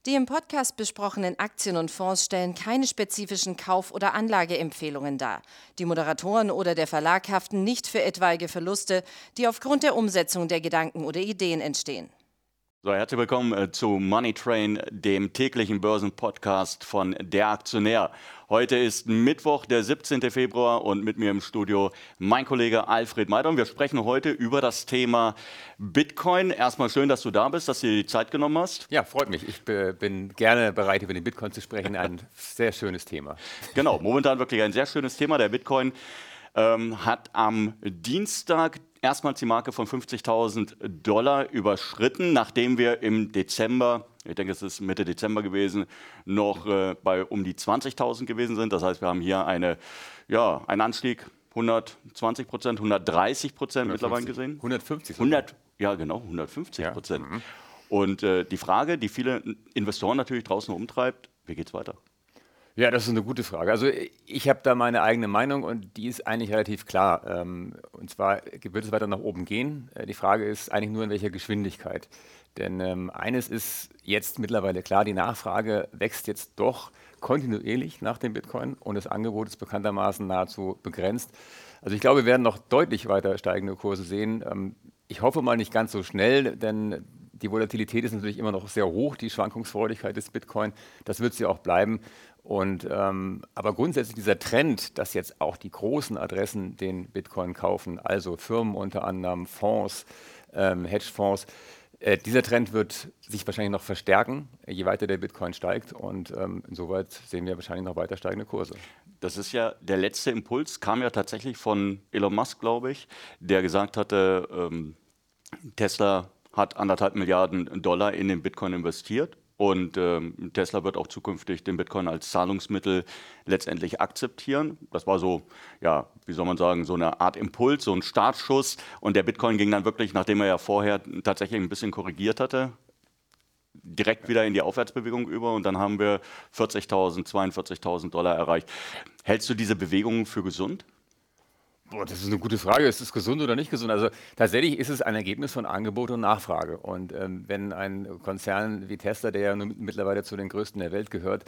Die im Podcast besprochenen Aktien und Fonds stellen keine spezifischen Kauf- oder Anlageempfehlungen dar. Die Moderatoren oder der Verlag haften nicht für etwaige Verluste, die aufgrund der Umsetzung der Gedanken oder Ideen entstehen. So, herzlich willkommen zu Money Train, dem täglichen Börsenpodcast von Der Aktionär. Heute ist Mittwoch, der 17. Februar und mit mir im Studio mein Kollege Alfred Meider. Und wir sprechen heute über das Thema Bitcoin. Erstmal schön, dass du da bist, dass du dir die Zeit genommen hast. Ja, freut mich. Ich bin gerne bereit, über den Bitcoin zu sprechen. Ein sehr schönes Thema. Genau, momentan wirklich ein sehr schönes Thema. Der Bitcoin hat am Dienstag erstmals die Marke von $50.000 überschritten, nachdem wir im Dezember, ich denke es ist Mitte Dezember gewesen, noch bei um die 20.000 gewesen sind. Das heißt, wir haben hier einen Anstieg 120%, 130% mittlerweile gesehen. 150. 100, ja genau, 150%. Ja. Und die Frage, die viele Investoren natürlich draußen umtreibt, wie geht es weiter? Ja, das ist eine gute Frage. Also ich habe da meine eigene Meinung und die ist eigentlich relativ klar. Und zwar wird es weiter nach oben gehen. Die Frage ist eigentlich nur, in welcher Geschwindigkeit. Denn eines ist jetzt mittlerweile klar, die Nachfrage wächst jetzt doch kontinuierlich nach dem Bitcoin und das Angebot ist bekanntermaßen nahezu begrenzt. Also ich glaube, wir werden noch deutlich weiter steigende Kurse sehen. Ich hoffe mal nicht ganz so schnell, denn die Volatilität ist natürlich immer noch sehr hoch, die Schwankungsfreudigkeit des Bitcoin. Das wird sie auch bleiben. Aber grundsätzlich dieser Trend, dass jetzt auch die großen Adressen den Bitcoin kaufen, also Firmen unter anderem, Fonds, Hedgefonds, dieser Trend wird sich wahrscheinlich noch verstärken, je weiter der Bitcoin steigt. Und insoweit sehen wir wahrscheinlich noch weiter steigende Kurse. Das ist ja der letzte Impuls, kam ja tatsächlich von Elon Musk, glaube ich, der gesagt hatte, Tesla hat $1,5 Milliarden in den Bitcoin investiert. Und Tesla wird auch zukünftig den Bitcoin als Zahlungsmittel letztendlich akzeptieren. Das war so, ja, wie soll man sagen, so eine Art Impuls, so ein Startschuss. Und der Bitcoin ging dann wirklich, nachdem er ja vorher tatsächlich ein bisschen korrigiert hatte, direkt wieder in die Aufwärtsbewegung über. Und dann haben wir $40.000, $42.000 erreicht. Hältst du diese Bewegung für gesund? Boah, das ist eine gute Frage. Ist es gesund oder nicht gesund? Also tatsächlich ist es ein Ergebnis von Angebot und Nachfrage. Und wenn ein Konzern wie Tesla, der ja mittlerweile zu den größten der Welt gehört,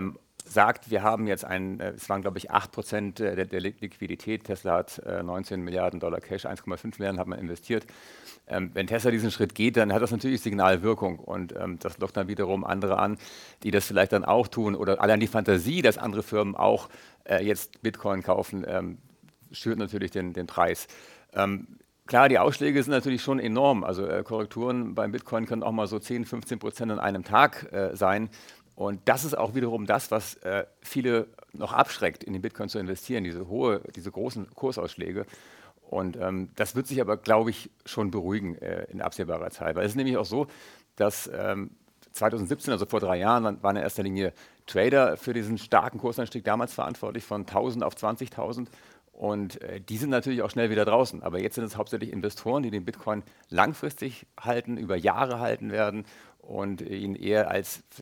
sagt, wir haben jetzt es waren glaube ich 8% der Liquidität, Tesla hat $19 Milliarden Cash, 1,5 Milliarden hat man investiert. Wenn Tesla diesen Schritt geht, dann hat das natürlich Signalwirkung und das lockt dann wiederum andere an, die das vielleicht dann auch tun oder allein die Fantasie, dass andere Firmen auch jetzt Bitcoin kaufen, schürt natürlich den Preis. Klar, die Ausschläge sind natürlich schon enorm. Also Korrekturen beim Bitcoin können auch mal so 10-15% an einem Tag sein. Und das ist auch wiederum das, was viele noch abschreckt, in den Bitcoin zu investieren, diese großen Kursausschläge. Und das wird sich aber, glaube ich, schon beruhigen in absehbarer Zeit. Weil es ist nämlich auch so, dass 2017, also vor 3 Jahren, waren in erster Linie Trader für diesen starken Kursanstieg damals verantwortlich von 1.000 auf 20.000. Und die sind natürlich auch schnell wieder draußen. Aber jetzt sind es hauptsächlich Investoren, die den Bitcoin langfristig halten, über Jahre halten werden und ihn eher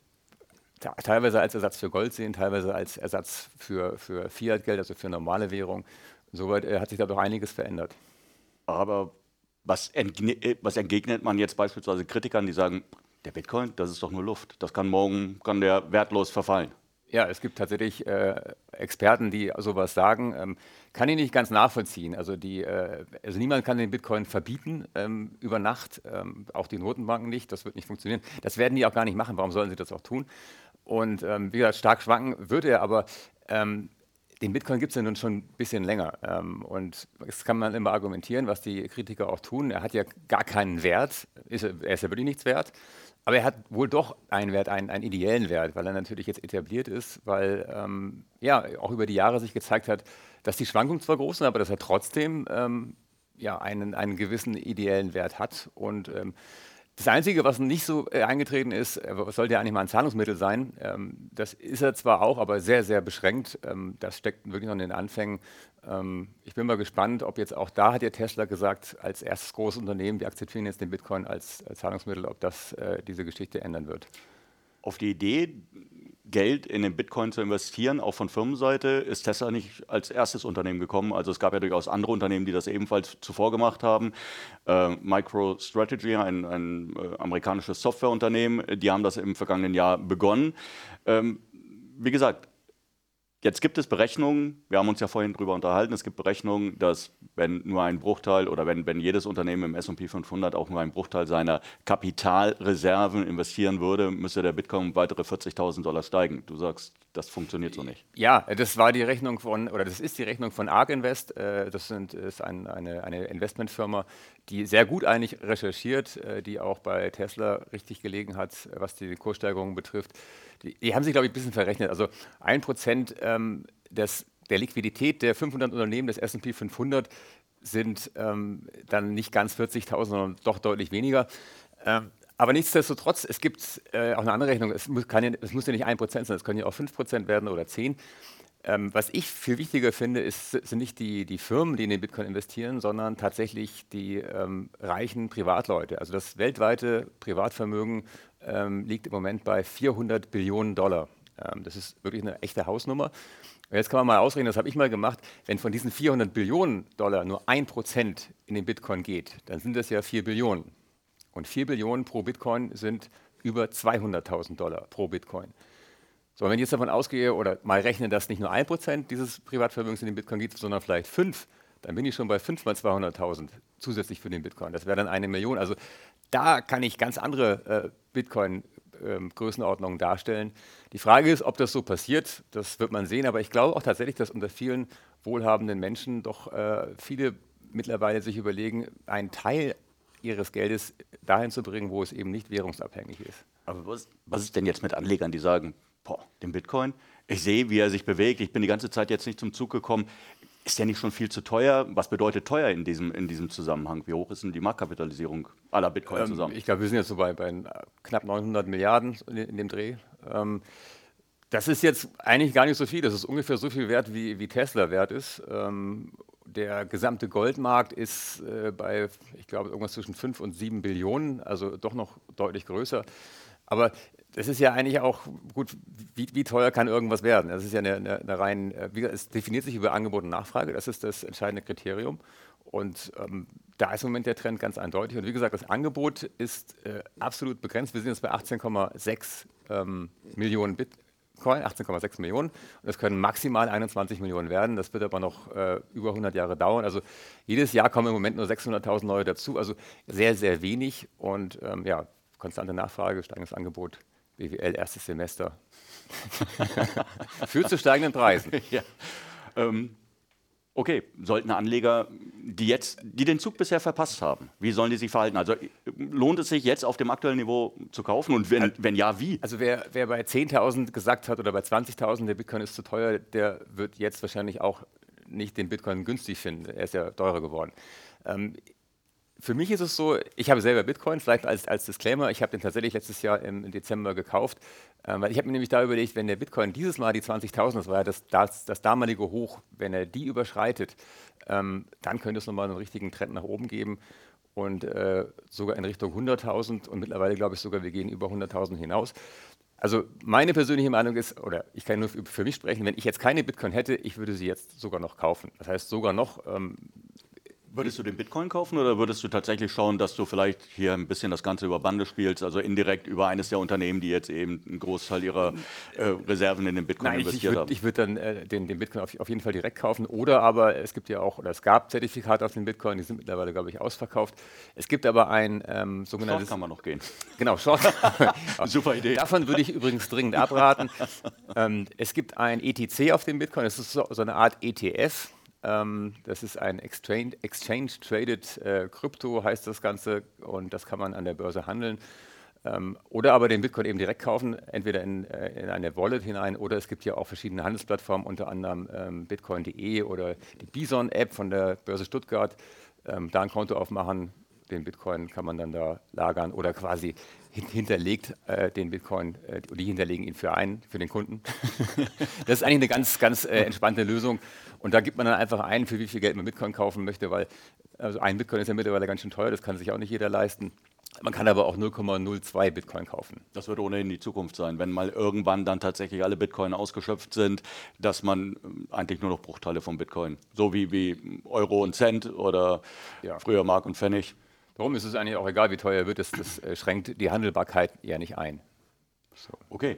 teilweise als Ersatz für Gold sehen, teilweise als Ersatz für Fiat-Geld, also für normale Währung. Soweit hat sich da doch einiges verändert. Aber was entgegnet man jetzt beispielsweise Kritikern, die sagen, der Bitcoin, das ist doch nur Luft. Kann der wertlos verfallen. Ja, es gibt tatsächlich Experten, die sowas sagen. Kann ich nicht ganz nachvollziehen. Also niemand kann den Bitcoin verbieten über Nacht, auch die Notenbanken nicht. Das wird nicht funktionieren. Das werden die auch gar nicht machen. Warum sollen sie das auch tun? Und wie gesagt, stark schwanken wird er, aber den Bitcoin gibt es ja nun schon ein bisschen länger. Und das kann man immer argumentieren, was die Kritiker auch tun. Er hat ja gar keinen Wert. Er ist ja wirklich nichts wert. Aber er hat wohl doch einen Wert, einen ideellen Wert, weil er natürlich jetzt etabliert ist, weil auch über die Jahre sich gezeigt hat, dass die Schwankungen zwar groß sind, aber dass er trotzdem einen gewissen ideellen Wert hat. Und das Einzige, was nicht so eingetreten ist, was sollte ja eigentlich mal ein Zahlungsmittel sein, das ist er zwar auch, aber sehr, sehr beschränkt. Das steckt wirklich noch in den Anfängen. Ich bin mal gespannt, ob jetzt auch da hat ja Tesla gesagt, als erstes großes Unternehmen, wir akzeptieren jetzt den Bitcoin als Zahlungsmittel, ob das diese Geschichte ändern wird. Auf die Idee Geld in den Bitcoin zu investieren, auch von Firmenseite, ist Tesla nicht als erstes Unternehmen gekommen. Also es gab ja durchaus andere Unternehmen, die das ebenfalls zuvor gemacht haben. MicroStrategy, ein amerikanisches Softwareunternehmen, die haben das im vergangenen Jahr begonnen. Wie gesagt, jetzt gibt es Berechnungen, wir haben uns ja vorhin darüber unterhalten, es gibt Berechnungen, dass wenn nur ein Bruchteil oder wenn jedes Unternehmen im S&P 500 auch nur einen Bruchteil seiner Kapitalreserven investieren würde, müsste der Bitcoin um weitere $40.000 steigen. Du sagst, das funktioniert so nicht. Ja, das war die Rechnung das ist die Rechnung von ARK Invest. Das ist eine Investmentfirma, die sehr gut eigentlich recherchiert, die auch bei Tesla richtig gelegen hat, was die Kurssteigerungen betrifft. Die haben sich, glaube ich, ein bisschen verrechnet. Also 1% der Liquidität der 500 Unternehmen des S&P 500 sind dann nicht ganz 40.000, sondern doch deutlich weniger. Aber nichtsdestotrotz, es gibt auch eine andere Rechnung. Es muss ja nicht 1% sein, es können ja auch 5% werden oder 10%. Was ich viel wichtiger finde, sind nicht die Firmen, die in den Bitcoin investieren, sondern tatsächlich die reichen Privatleute. Also das weltweite Privatvermögen liegt im Moment bei $400 Billionen. Das ist wirklich eine echte Hausnummer. Und jetzt kann man mal ausrechnen, das habe ich mal gemacht, wenn von diesen $400 Billionen nur 1% in den Bitcoin geht, dann sind das ja 4 Billionen. Und 4 Billionen pro Bitcoin sind über $200.000 pro Bitcoin. So, wenn ich jetzt davon ausgehe oder mal rechne, dass nicht nur 1% dieses Privatvermögens in den Bitcoin geht, sondern vielleicht 5, dann bin ich schon bei 5 mal 200.000 zusätzlich für den Bitcoin. Das wäre dann 1 Million. Also da kann ich ganz andere Bitcoin-Größenordnungen darstellen. Die Frage ist, ob das so passiert, das wird man sehen. Aber ich glaube auch tatsächlich, dass unter vielen wohlhabenden Menschen doch viele mittlerweile sich überlegen, einen Teil ihres Geldes dahin zu bringen, wo es eben nicht währungsabhängig ist. Aber was ist denn jetzt mit Anlegern, die sagen, den Bitcoin, ich sehe, wie er sich bewegt, ich bin die ganze Zeit jetzt nicht zum Zug gekommen, ist der nicht schon viel zu teuer? Was bedeutet teuer in diesem Zusammenhang? Wie hoch ist denn die Marktkapitalisierung aller Bitcoin zusammen? Ich glaube, wir sind jetzt so bei knapp 900 Milliarden in dem Dreh. Das ist jetzt eigentlich gar nicht so viel, das ist ungefähr so viel wert, wie Tesla wert ist. Der gesamte Goldmarkt ist bei, ich glaube, irgendwas zwischen 5 und 7 Billionen, also doch noch deutlich größer. Aber das ist ja eigentlich auch gut, wie teuer kann irgendwas werden? Das ist ja eine rein, es definiert sich über Angebot und Nachfrage, das ist das entscheidende Kriterium. Und da ist im Moment der Trend ganz eindeutig. Und wie gesagt, das Angebot ist absolut begrenzt. Wir sind jetzt bei 18,6 Millionen Bitcoin, 18,6 Millionen. Und das können maximal 21 Millionen werden. Das wird aber noch über 100 Jahre dauern. Also jedes Jahr kommen im Moment nur 600.000 neue dazu. Also sehr, sehr wenig. Und konstante Nachfrage, steigendes Angebot. BWL, erstes Semester. Führt zu steigenden Preisen. Ja. Okay, sollten Anleger, die den Zug bisher verpasst haben, wie sollen die sich verhalten? Also lohnt es sich jetzt auf dem aktuellen Niveau zu kaufen und wenn ja, wie? Also wer bei 10.000 gesagt hat oder bei 20.000, der Bitcoin ist zu teuer, der wird jetzt wahrscheinlich auch nicht den Bitcoin günstig finden. Er ist ja teurer geworden. Für mich ist es so, ich habe selber Bitcoin, vielleicht als Disclaimer, ich habe den tatsächlich letztes Jahr im Dezember gekauft, weil ich habe mir nämlich da überlegt, wenn der Bitcoin dieses Mal die 20.000, das war ja das damalige Hoch, wenn er die überschreitet, dann könnte es nochmal einen richtigen Trend nach oben geben und sogar in Richtung 100.000 und mittlerweile glaube ich sogar, wir gehen über 100.000 hinaus. Also meine persönliche Meinung ist, oder ich kann nur für mich sprechen, wenn ich jetzt keine Bitcoin hätte, ich würde sie jetzt sogar noch kaufen. Das heißt sogar noch... Würdest du den Bitcoin kaufen oder würdest du tatsächlich schauen, dass du vielleicht hier ein bisschen das Ganze über Bande spielst, also indirekt über eines der Unternehmen, die jetzt eben einen Großteil ihrer Reserven in den Bitcoin investiert haben? Ich würde dann den Bitcoin auf jeden Fall direkt kaufen. Oder aber es gibt ja auch, oder es gab Zertifikate auf den Bitcoin, die sind mittlerweile, glaube ich, ausverkauft. Es gibt aber ein sogenanntes... Short kann man noch gehen. Genau, Short. Super Idee. Davon würde ich übrigens dringend abraten. Es gibt ein ETC auf dem Bitcoin, das ist so eine Art ETF. Das ist ein Exchange-Traded Krypto, heißt das Ganze, und das kann man an der Börse handeln. Oder aber den Bitcoin eben direkt kaufen, entweder in eine Wallet hinein oder es gibt ja auch verschiedene Handelsplattformen, unter anderem bitcoin.de oder die Bison-App von der Börse Stuttgart. Da ein Konto aufmachen, den Bitcoin kann man dann da lagern oder quasi hinterlegt den Bitcoin, die hinterlegen ihn für den Kunden. Das ist eigentlich eine ganz, ganz entspannte Lösung. Und da gibt man dann einfach ein, für wie viel Geld man Bitcoin kaufen möchte, weil also ein Bitcoin ist ja mittlerweile ganz schön teuer, das kann sich auch nicht jeder leisten. Man kann aber auch 0,02 Bitcoin kaufen. Das wird ohnehin die Zukunft sein, wenn mal irgendwann dann tatsächlich alle Bitcoin ausgeschöpft sind, dass man eigentlich nur noch Bruchteile von Bitcoin, so wie Euro und Cent oder früher Mark und Pfennig. Darum ist es eigentlich auch egal, wie teuer wird, das schränkt die Handelbarkeit ja nicht ein. So. Okay.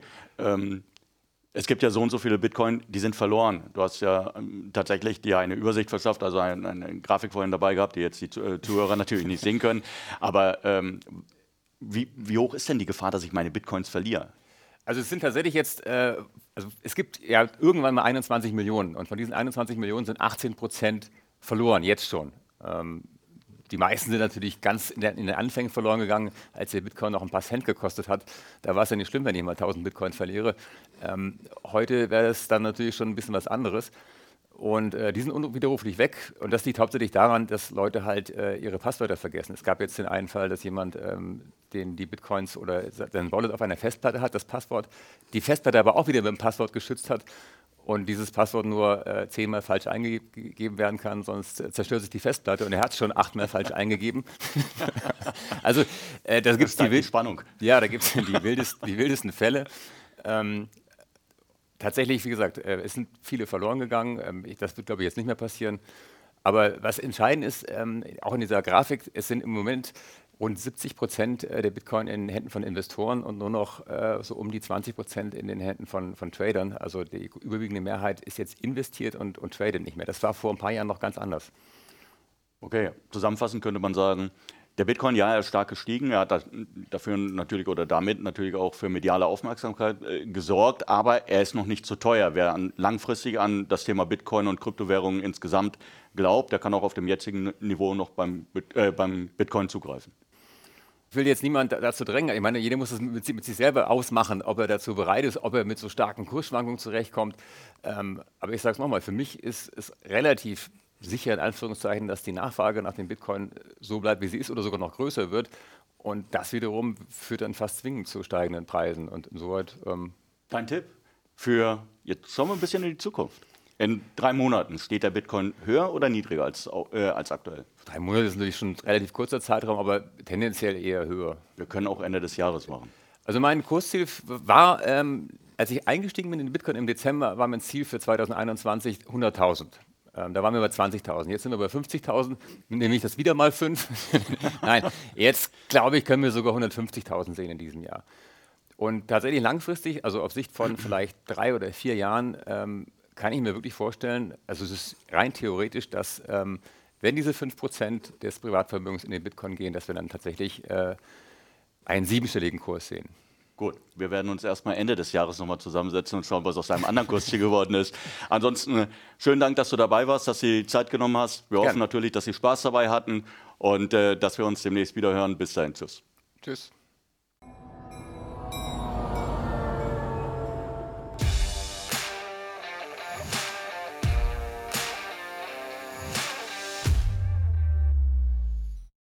Es gibt ja so und so viele Bitcoin, die sind verloren. Du hast ja tatsächlich dir eine Übersicht verschafft, also eine Grafik vorhin dabei gehabt, die jetzt die Zuhörer natürlich nicht sehen können. Aber wie hoch ist denn die Gefahr, dass ich meine Bitcoins verliere? Also es sind tatsächlich jetzt, also es gibt ja irgendwann mal 21 Millionen und von diesen 21 Millionen sind 18% verloren, jetzt schon. Die meisten sind natürlich ganz in den Anfängen verloren gegangen, als der Bitcoin noch ein paar Cent gekostet hat. Da war es ja nicht schlimm, wenn ich mal 1000 Bitcoin verliere. Heute wäre es dann natürlich schon ein bisschen was anderes. Und die sind unwiderruflich weg. Und das liegt hauptsächlich daran, dass Leute halt ihre Passwörter vergessen. Es gab jetzt den einen Fall, dass jemand die Bitcoins oder sein Wallet auf einer Festplatte hat, das Passwort, die Festplatte aber auch wieder mit dem Passwort geschützt hat. Und dieses Passwort nur 10-mal falsch eingegeben werden kann, sonst zerstört sich die Festplatte und er hat es schon 8-mal falsch eingegeben. Also da gibt es die Spannung. Ja, da gibt es die wildesten Fälle. Tatsächlich, wie gesagt, es sind viele verloren gegangen. Das wird, glaube ich, jetzt nicht mehr passieren. Aber was entscheidend ist, auch in dieser Grafik, es sind im Moment rund 70% der Bitcoin in den Händen von Investoren und nur noch so um die 20% in den Händen von Tradern. Also die überwiegende Mehrheit ist jetzt investiert und tradet nicht mehr. Das war vor ein paar Jahren noch ganz anders. Okay, zusammenfassend könnte man sagen, der Bitcoin, ja, er ist stark gestiegen, er hat dafür natürlich oder damit natürlich auch für mediale Aufmerksamkeit gesorgt, aber er ist noch nicht zu teuer. Wer langfristig an das Thema Bitcoin und Kryptowährungen insgesamt glaubt, der kann auch auf dem jetzigen Niveau noch beim Bitcoin zugreifen. Ich will jetzt niemand dazu drängen. Ich meine, jeder muss es mit sich selber ausmachen, ob er dazu bereit ist, ob er mit so starken Kursschwankungen zurechtkommt. Aber ich sage es nochmal, für mich ist es relativ sicher, in Anführungszeichen, dass die Nachfrage nach dem Bitcoin so bleibt, wie sie ist oder sogar noch größer wird. Und das wiederum führt dann fast zwingend zu steigenden Preisen. Und insoweit. Dein Tipp für, jetzt schauen wir ein bisschen in die Zukunft. In 3 Monaten steht der Bitcoin höher oder niedriger als aktuell? 3 Monate ist natürlich schon ein relativ kurzer Zeitraum, aber tendenziell eher höher. Wir können auch Ende des Jahres machen. Also mein Kursziel war, als ich eingestiegen bin in den Bitcoin im Dezember, war mein Ziel für 2021 100.000. Da waren wir bei 20.000. Jetzt sind wir bei 50.000. Nehme ich das wieder mal 5? Nein, jetzt glaube ich, können wir sogar 150.000 sehen in diesem Jahr. Und tatsächlich langfristig, also auf Sicht von vielleicht 3 oder 4 Jahren, kann ich mir wirklich vorstellen, also es ist rein theoretisch, dass wenn diese 5% des Privatvermögens in den Bitcoin gehen, dass wir dann tatsächlich einen 7-stelligen Kurs sehen. Gut, wir werden uns erstmal Ende des Jahres nochmal zusammensetzen und schauen, was aus einem anderen Kurs hier geworden ist. Ansonsten schönen Dank, dass du dabei warst, dass du die Zeit genommen hast. Wir hoffen natürlich, dass Sie Spaß dabei hatten und dass wir uns demnächst wieder hören. Bis dahin, tschüss. Tschüss.